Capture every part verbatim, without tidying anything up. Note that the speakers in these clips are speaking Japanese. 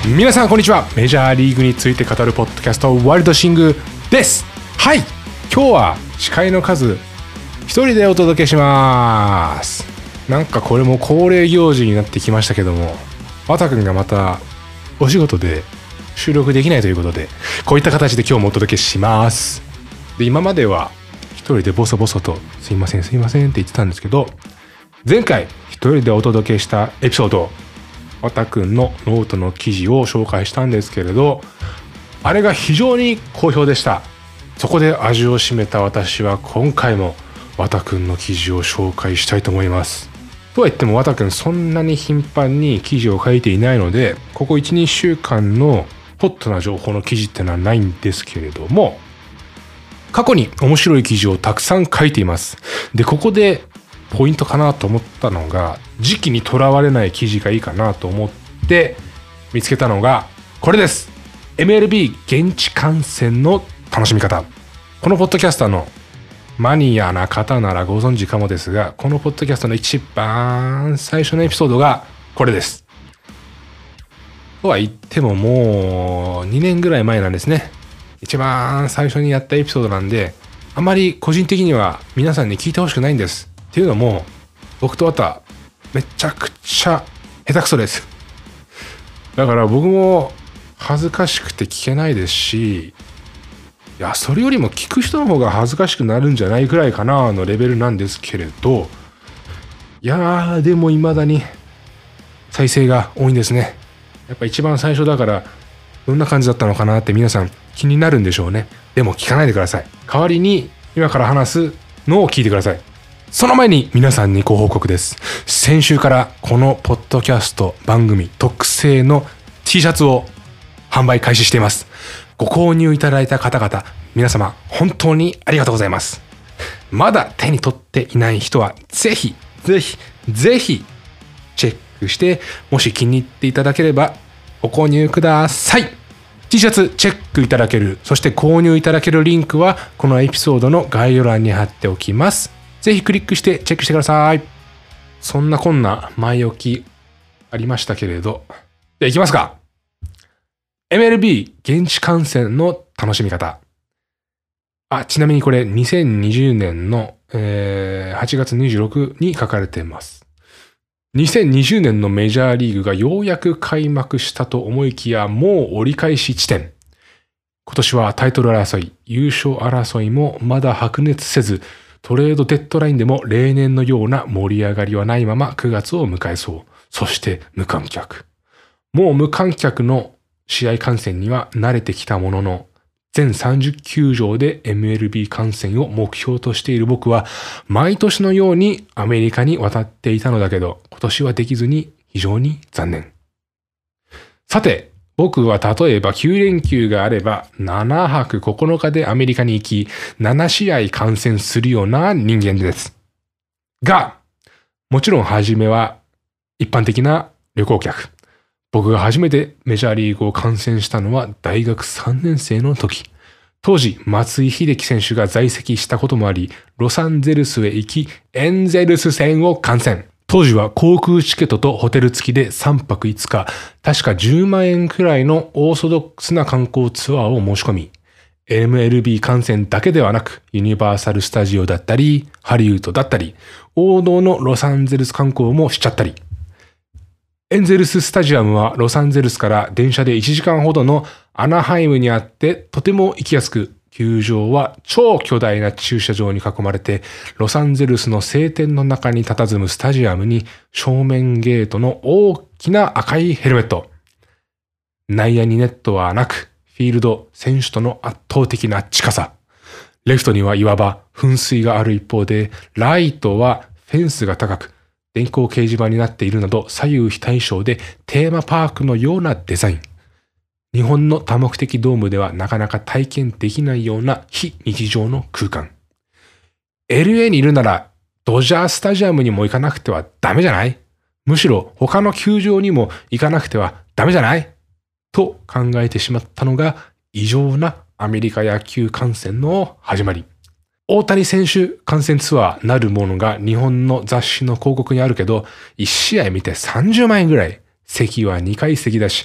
皆さんこんにちは。メジャーリーグについて語るポッドキャストワイルドシングです。はい、今日は司会の数一人でお届けします。なんかこれも恒例行事になってきましたけども、わたくんがまたお仕事で収録できないということで、こういった形で今日もお届けします。で、今までは一人でボソボソとすいませんすいませんって言ってたんですけど、前回一人でお届けしたエピソード、わたくんのノートの記事を紹介したんですけれど、あれが非常に好評でした。そこで味を占めた私は今回もわたくんの記事を紹介したいと思います。とは言ってもわたくんそんなに頻繁に記事を書いていないので、ここ いちにしゅうかんのホットな情報の記事ってのはないんですけれども、過去に面白い記事をたくさん書いています。で、ここでポイントかなと思ったのが、時期にとらわれない記事がいいかなと思って見つけたのがこれです。 エムエルビー 現地観戦の楽しみ方。このポッドキャスターのマニアな方ならご存知かもですが、このポッドキャストの一番最初のエピソードがこれです。とは言ってももうにねんぐらい前なんですね。一番最初にやったエピソードなんで、あまり個人的には皆さんに聞いてほしくないんです。っていうのも、僕とわためちゃくちゃ下手くそです。だから僕も恥ずかしくて聞けないですし、いや、それよりも聞く人の方が恥ずかしくなるんじゃないくらいかなのレベルなんですけれど、いやー、でも未だに再生が多いんですね。やっぱ一番最初だからどんな感じだったのかなって皆さん気になるんでしょうね。でも聞かないでください。代わりに今から話すのを聞いてください。その前に皆さんにご報告です。先週からこのポッドキャスト番組特製の T シャツを販売開始しています。ご購入いただいた方々、皆様本当にありがとうございます。まだ手に取っていない人はぜひぜひぜひチェックして、もし気に入っていただければご購入ください。 T シャツチェックいただける、そして購入いただけるリンクはこのエピソードの概要欄に貼っておきます。ぜひクリックしてチェックしてください。そんなこんな前置きありましたけれど、じゃあ行きますか。 エムエルビー 現地観戦の楽しみ方。あ、ちなみにこれにせんにじゅうねんの、えー、はちがつにじゅうろくに書かれています。にせんにじゅうねんのメジャーリーグがようやく開幕したと思いきや、もう折り返し地点。今年はタイトル争い、優勝争いもまだ白熱せず、トレードデッドラインでも例年のような盛り上がりはないままくがつを迎えそう。そして無観客。もう無観客の試合観戦には慣れてきたものの、全さんじゅっきゅうじょうで エムエルビー 観戦を目標としている僕は、毎年のようにアメリカに渡っていたのだけど、今年はできずに非常に残念。さて、僕は例えばきゅうれんきゅうがあればななはくここのかでアメリカに行きななしあい観戦するような人間です。が、もちろん初めは一般的な旅行客。僕が初めてメジャーリーグを観戦したのは大学さんねんせいの時。当時、松井秀喜選手が在籍したこともあり、ロサンゼルスへ行きエンゼルス戦を観戦。当時は航空チケットとホテル付きでさんぱくいつか、確かじゅうまんえんくらいのオーソドックスな観光ツアーを申し込み、エムエルビー 観戦だけではなく、ユニバーサルスタジオだったり、ハリウッドだったり、王道のロサンゼルス観光もしちゃったり。エンゼルススタジアムはロサンゼルスから電車でいちじかんほどのアナハイムにあって、とても行きやすく、球場は超巨大な駐車場に囲まれて、ロサンゼルスの晴天の中に佇むスタジアムに正面ゲートの大きな赤いヘルメット。内野にネットはなく、フィールド、選手との圧倒的な近さ。レフトには岩場、噴水がある一方で、ライトはフェンスが高く、電光掲示板になっているなど左右非対称でテーマパークのようなデザイン。日本の多目的ドームではなかなか体験できないような非日常の空間。エルエー にいるならドジャースタジアムにも行かなくてはダメじゃない？むしろ他の球場にも行かなくてはダメじゃない？と考えてしまったのが異常なアメリカ野球観戦の始まり。大谷選手観戦ツアーなるものが日本の雑誌の広告にあるけど、いちしあい見てさんじゅうまんえんぐらい。席はにかい席だし、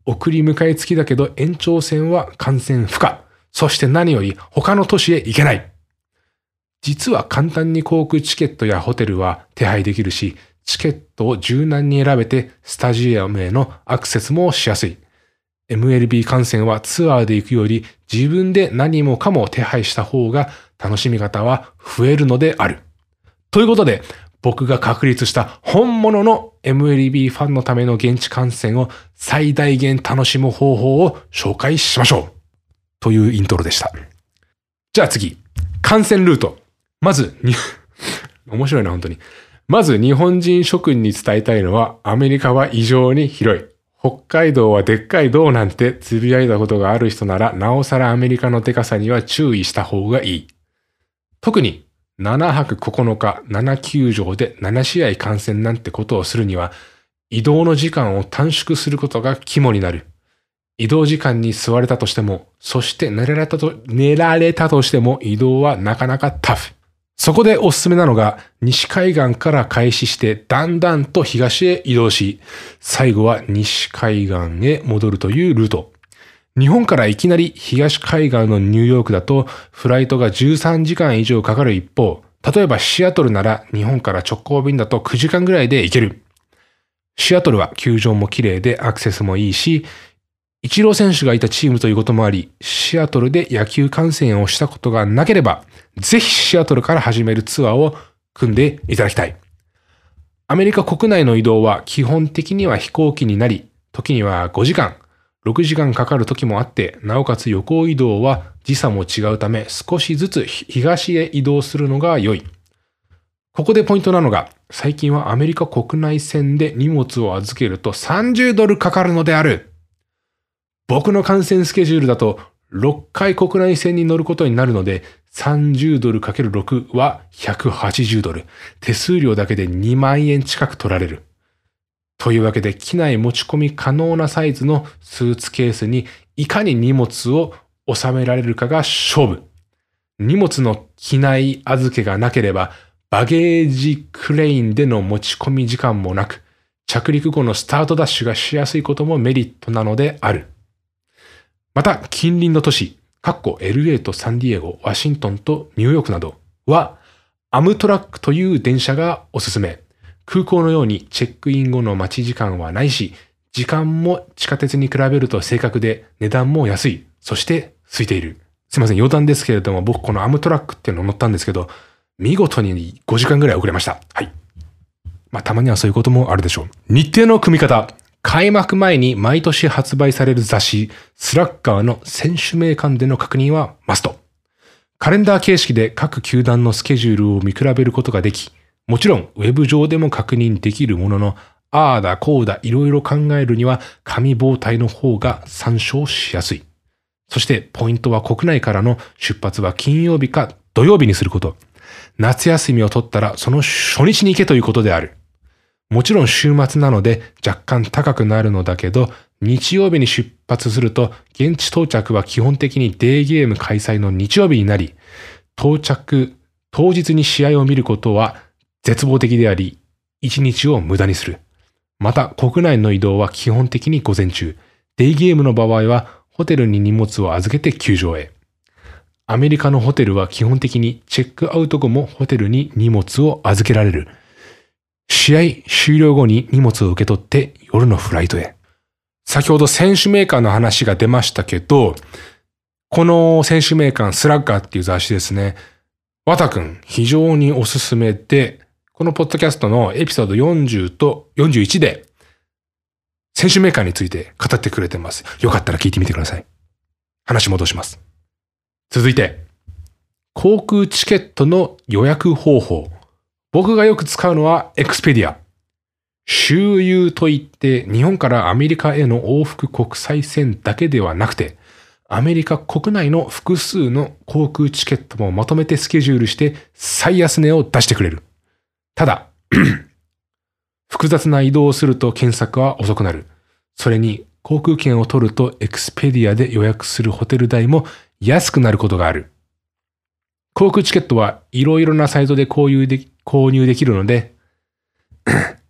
送り迎え付きだけど延長線は感染不可。そして何より他の都市へ行けない。実は簡単に航空チケットやホテルは手配できるし、チケットを柔軟に選べてスタジアムへのアクセスもしやすい。エムエルビー 観戦はツアーで行くより自分で何もかも手配した方が楽しみ方は増えるのである。ということで、僕が確立した本物の エムエルビー ファンのための現地観戦を最大限楽しむ方法を紹介しましょう。というイントロでした。じゃあ次、観戦ルート。まず、に、面白いな本当に。まず日本人諸君に伝えたいのは、アメリカは異常に広い。北海道はでっかい道なんてつぶやいたことがある人なら、なおさらアメリカのでかさには注意した方がいい。特にななはくここのか、なな球場でなな試合観戦なんてことをするには、移動の時間を短縮することが肝になる。移動時間に座れたとしても、そして寝られたと、寝られたとしても移動はなかなかタフ。そこでおすすめなのが、西海岸から開始してだんだんと東へ移動し、最後は西海岸へ戻るというルート。日本からいきなり東海岸のニューヨークだと、フライトがじゅうさんじかん以上かかる一方、例えばシアトルなら日本から直行便だとくじかんぐらいで行ける。シアトルは球場も綺麗でアクセスもいいし、イチロー選手がいたチームということもあり、シアトルで野球観戦をしたことがなければ、ぜひシアトルから始めるツアーを組んでいただきたい。アメリカ国内の移動は基本的には飛行機になり、時にはごじかん、ろくじかんかかる時もあって、なおかつ横移動は時差も違うため、少しずつ東へ移動するのが良い。ここでポイントなのが、最近はアメリカ国内線で荷物を預けるとさんじゅうドルかかるのである。僕の観戦スケジュールだとろっかい国内線に乗ることになるので、さんじゅうドルかけるろく はひゃくはちじゅうドル。手数料だけでにまんえん近く取られる。というわけで、機内持ち込み可能なサイズのスーツケースにいかに荷物を収められるかが勝負。荷物の機内預けがなければ、バゲージクレーンでの持ち込み時間もなく、着陸後のスタートダッシュがしやすいこともメリットなのである。また、近隣の都市、エルエー とサンディエゴ、ワシントンとニューヨークなどは、アムトラックという電車がおすすめ。空港のようにチェックイン後の待ち時間はないし、時間も地下鉄に比べると正確で、値段も安い。そして空いている。すいません、余談ですけれども、僕このアムトラックっていうのを乗ったんですけど、見事にごじかんぐらい遅れました。はい。まあ、たまにはそういうこともあるでしょう。日程の組み方。開幕前に毎年発売される雑誌、スラッガーの選手名鑑での確認はマスト。カレンダー形式で各球団のスケジュールを見比べることができ、もちろんウェブ上でも確認できるものの、ああだこうだいろいろ考えるには紙媒体の方が参照しやすい。そしてポイントは国内からの出発は金曜日か土曜日にすること。夏休みを取ったらその初日に行けということである。もちろん週末なので若干高くなるのだけど、日曜日に出発すると現地到着は基本的にデーゲーム開催の日曜日になり、到着当日に試合を見ることは絶望的であり、一日を無駄にする。また国内の移動は基本的に午前中、デーゲームの場合はホテルに荷物を預けて球場へ。アメリカのホテルは基本的にチェックアウト後もホテルに荷物を預けられる。試合終了後に荷物を受け取って夜のフライトへ。先ほど選手名鑑の話が出ましたけど、この選手名鑑スラッガーっていう雑誌ですね。わたくん非常におすすめで、このポッドキャストのエピソードよんじゅうとよんじゅういちで選手名鑑について語ってくれてます。よかったら聞いてみてください。話戻します。続いて、航空チケットの予約方法。僕がよく使うのはエクスペディア。周遊といって日本からアメリカへの往復国際線だけではなくて、アメリカ国内の複数の航空チケットもまとめてスケジュールして最安値を出してくれる。ただ、複雑な移動をすると検索は遅くなる。それに航空券を取るとエクスペディアで予約するホテル代も安くなることがある。航空チケットはいろいろなサイトで購入で購入できるので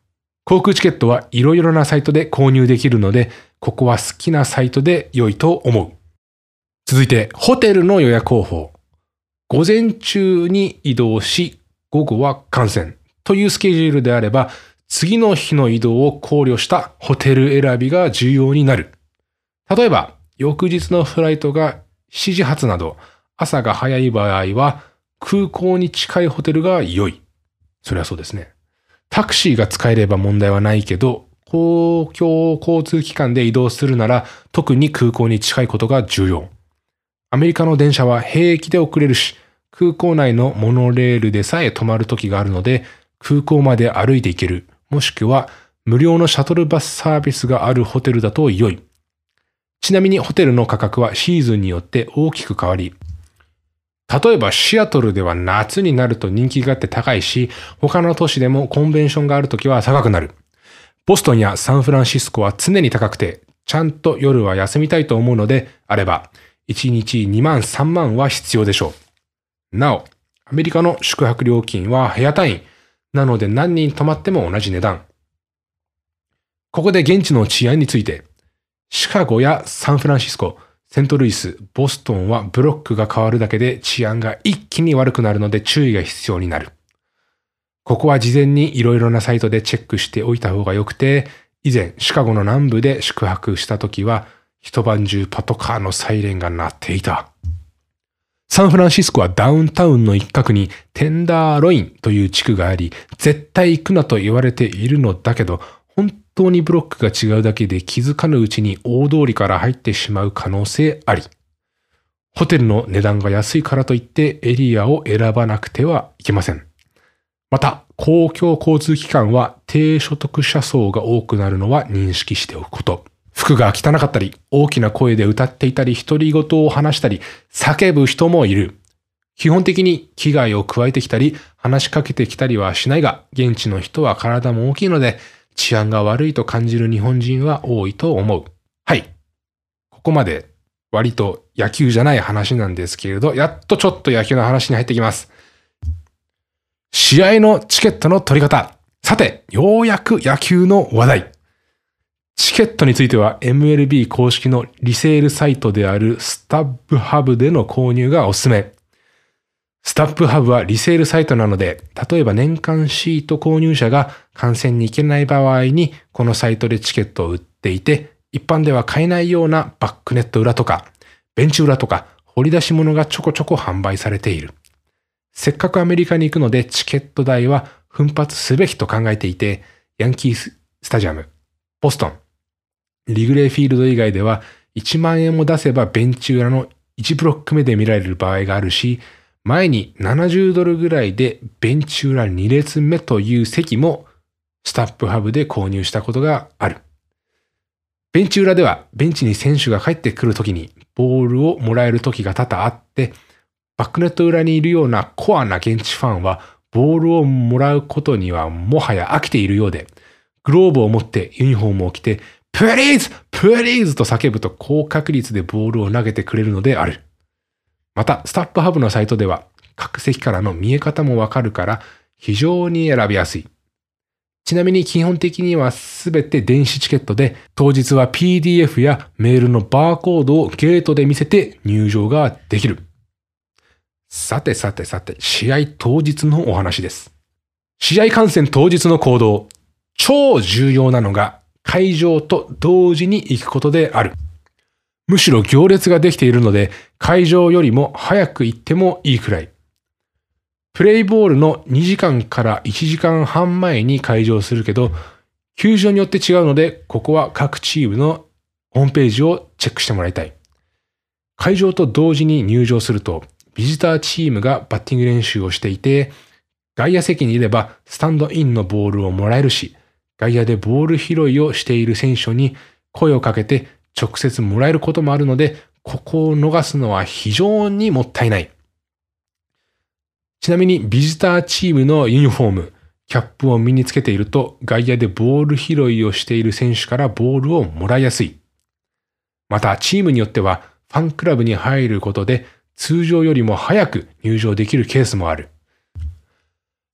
航空チケットはいろいろなサイトで購入できるので、ここは好きなサイトで良いと思う。続いて、ホテルの予約方法。午前中に移動し、午後は観戦というスケジュールであれば、次の日の移動を考慮したホテル選びが重要になる。例えば、翌日のフライトがしちじ発など、朝が早い場合は、空港に近いホテルが良い。それはそうですね。タクシーが使えれば問題はないけど、公共交通機関で移動するなら、特に空港に近いことが重要。アメリカの電車は平気で遅れるし、空港内のモノレールでさえ止まる時があるので、空港まで歩いて行ける、もしくは無料のシャトルバスサービスがあるホテルだと良い。ちなみにホテルの価格はシーズンによって大きく変わり、例えばシアトルでは夏になると人気があって高いし、他の都市でもコンベンションがあるときは高くなる。ボストンやサンフランシスコは常に高くて、ちゃんと夜は休みたいと思うのであれば、いちにちにまんさんまんは必要でしょう。なお、アメリカの宿泊料金は部屋単位。なので何人泊まっても同じ値段。ここで現地の治安について。シカゴやサンフランシスコ、セントルイス、ボストンはブロックが変わるだけで治安が一気に悪くなるので注意が必要になる。ここは事前にいろいろなサイトでチェックしておいた方がよくて、以前シカゴの南部で宿泊した時は一晩中パトカーのサイレンが鳴っていた。サンフランシスコはダウンタウンの一角にテンダーロインという地区があり、絶対行くなと言われているのだけど、本当にブロックが違うだけで気づかぬうちに大通りから入ってしまう可能性あり。ホテルの値段が安いからといってエリアを選ばなくてはいけません。また、公共交通機関は低所得者層が多くなるのは認識しておくこと。服が汚かったり、大きな声で歌っていたり、独り言を話したり、叫ぶ人もいる。基本的に危害を加えてきたり、話しかけてきたりはしないが、現地の人は体も大きいので、治安が悪いと感じる日本人は多いと思う。はい。ここまで割と野球じゃない話なんですけれど、やっとちょっと野球の話に入ってきます。試合のチケットの取り方。さて、ようやく野球の話題。チケットについては エムエルビー 公式のリセールサイトであるスタップハブでの購入がおすすめ。スタップハブはリセールサイトなので、例えば年間シート購入者が観戦に行けない場合に、このサイトでチケットを売っていて、一般では買えないようなバックネット裏とか、ベンチ裏とか、掘り出し物がちょこちょこ販売されている。せっかくアメリカに行くのでチケット代は奮発すべきと考えていて、ヤンキースタジアム、ボストン、リグレーフィールド以外ではいちまんえんも出せばベンチ裏のいちブロック目で見られる場合があるし、前にななじゅうドルぐらいでベンチ裏に列目という席もスタップハブで購入したことがある。ベンチ裏ではベンチに選手が帰ってくるときにボールをもらえるときが多々あって、バックネット裏にいるようなコアな現地ファンはボールをもらうことにはもはや飽きているようで、グローブを持ってユニフォームを着てプリーズプリーズと叫ぶと高確率でボールを投げてくれるのである。また、スタップハブのサイトでは各席からの見え方もわかるから非常に選びやすい。ちなみに基本的にはすべて電子チケットで、当日は ピーディーエフ やメールのバーコードをゲートで見せて入場ができる。さてさてさて、試合当日のお話です。試合観戦当日の行動。超重要なのが会場と同時に行くことである。むしろ行列ができているので、会場よりも早く行ってもいいくらい。プレイボールのにじかんからいちじかんはん前に開場するけど、球場によって違うので、ここは各チームのホームページをチェックしてもらいたい。会場と同時に入場すると、ビジターチームがバッティング練習をしていて、外野席にいればスタンドインのボールをもらえるし、外野でボール拾いをしている選手に声をかけて直接もらえることもあるので、ここを逃すのは非常にもったいない。ちなみにビジターチームのユニフォーム、キャップを身につけていると外野でボール拾いをしている選手からボールをもらいやすい。またチームによってはファンクラブに入ることで通常よりも早く入場できるケースもある。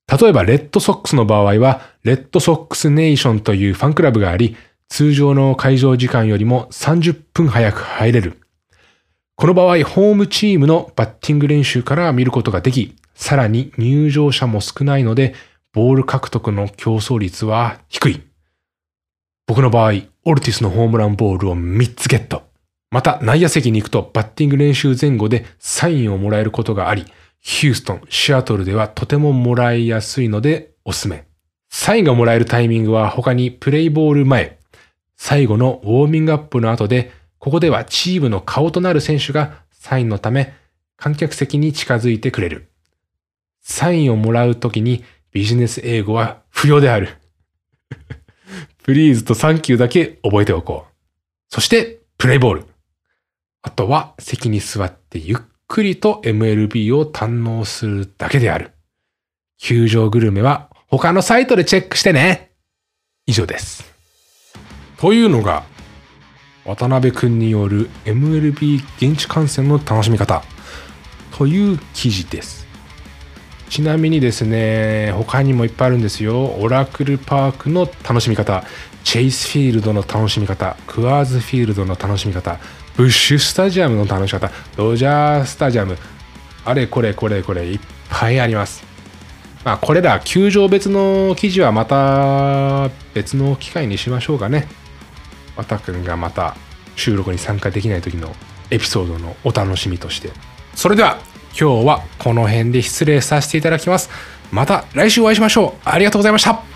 例えばレッドソックスの場合は、レッドソックスネーションというファンクラブがあり、通常の会場時間よりもさんじゅっぷん早く入れる。この場合、ホームチームのバッティング練習から見ることができ、さらに入場者も少ないので、ボール獲得の競争率は低い。僕の場合、オルティスのホームランボールをみっつゲット。また、内野席に行くとバッティング練習前後でサインをもらえることがあり、ヒューストン、シアトルではとてももらいやすいのでおすすめ。サインがもらえるタイミングは他にプレイボール前、最後のウォーミングアップの後で、ここではチームの顔となる選手がサインのため観客席に近づいてくれる。サインをもらうときにビジネス英語は不要である。プリーズとサンキューだけ覚えておこう。そしてプレイボール。あとは席に座ってゆっくりと エムエルビー を堪能するだけである。球場グルメは他のサイトでチェックしてね。以上です。というのが渡辺くんによる エムエルビー 現地観戦の楽しみ方という記事です。ちなみにですね、他にもいっぱいあるんですよ。オラクルパークの楽しみ方、チェイスフィールドの楽しみ方、クアーズフィールドの楽しみ方、ブッシュスタジアムの楽しみ方、ドジャースタジアム、あれこれこれこれいっぱいあります。まあこれら球場別の記事はまた別の機会にしましょうかね。わたくんがまた収録に参加できない時のエピソードのお楽しみとして。それでは今日はこの辺で失礼させていただきます。また来週お会いしましょう。ありがとうございました。